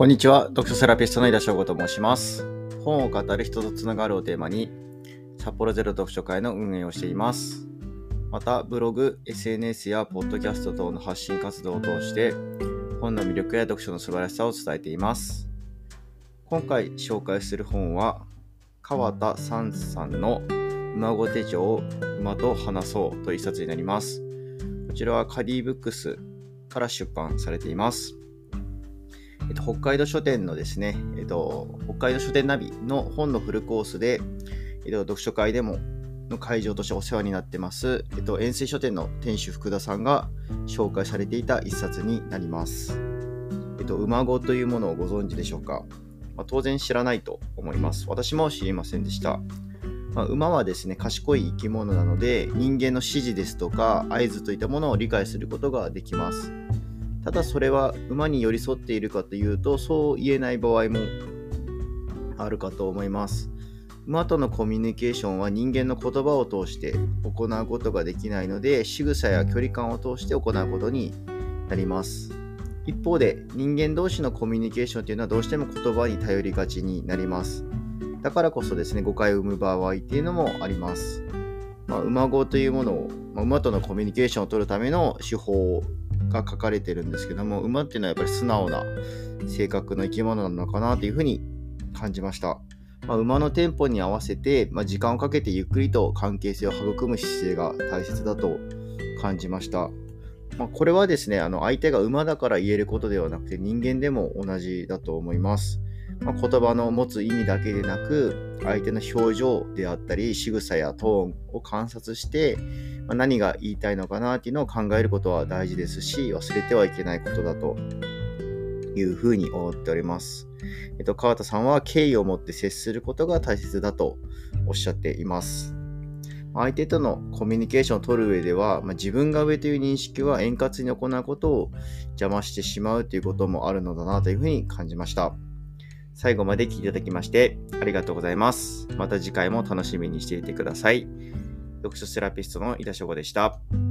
こんにちは。読書セラピストの井田翔吾と申します。本を語る人とつながるをテーマに、札幌ゼロ読書会の運営をしています。また、ブログ、SNS やポッドキャスト等の発信活動を通して、本の魅力や読書の素晴らしさを伝えています。今回紹介する本は、川田三さんの馬子手帳、馬と話そうという一冊になります。こちらはカディブックスから出版されています。北海道書店のですね、北海道書店ナビの本のフルコースで、読書会でもの会場としてお世話になってます、遠征書店の店主福田さんが紹介されていた一冊になります。馬子というものをご存知でしょうか？当然知らないと思います。私も知りませんでした。馬はですね、賢い生き物なので、人間の指示ですとか合図といったものを理解することができます。ただそれは馬に寄り添っているかというと、そう言えない場合もあるかと思います。馬とのコミュニケーションは人間の言葉を通して行うことができないので、仕草や距離感を通して行うことになります。一方で人間同士のコミュニケーションというのはどうしても言葉に頼りがちになります。だからこそですね、誤解を生む場合っていうのもあります。馬語というものを、馬とのコミュニケーションを取るための手法が書かれてるんですけども、馬っていうのはやっぱり素直な性格の生き物なのかなというふうに感じました。馬のテンポに合わせて、時間をかけてゆっくりと関係性を育む姿勢が大切だと感じました。これはですね、相手が馬だから言えることではなくて、人間でも同じだと思います。言葉の持つ意味だけでなく、相手の表情であったり仕草やトーンを観察して、何が言いたいのかなっていうのを考えることは大事ですし、忘れてはいけないことだというふうに思っております。川田さんは敬意を持って接することが大切だとおっしゃっています。相手とのコミュニケーションを取る上では、自分が上という認識は円滑に行うことを邪魔してしまうということもあるのだなというふうに感じました。最後まで聞いていただきましてありがとうございます。また次回も楽しみにしていてください。読書セラピストの井田翔吾でした。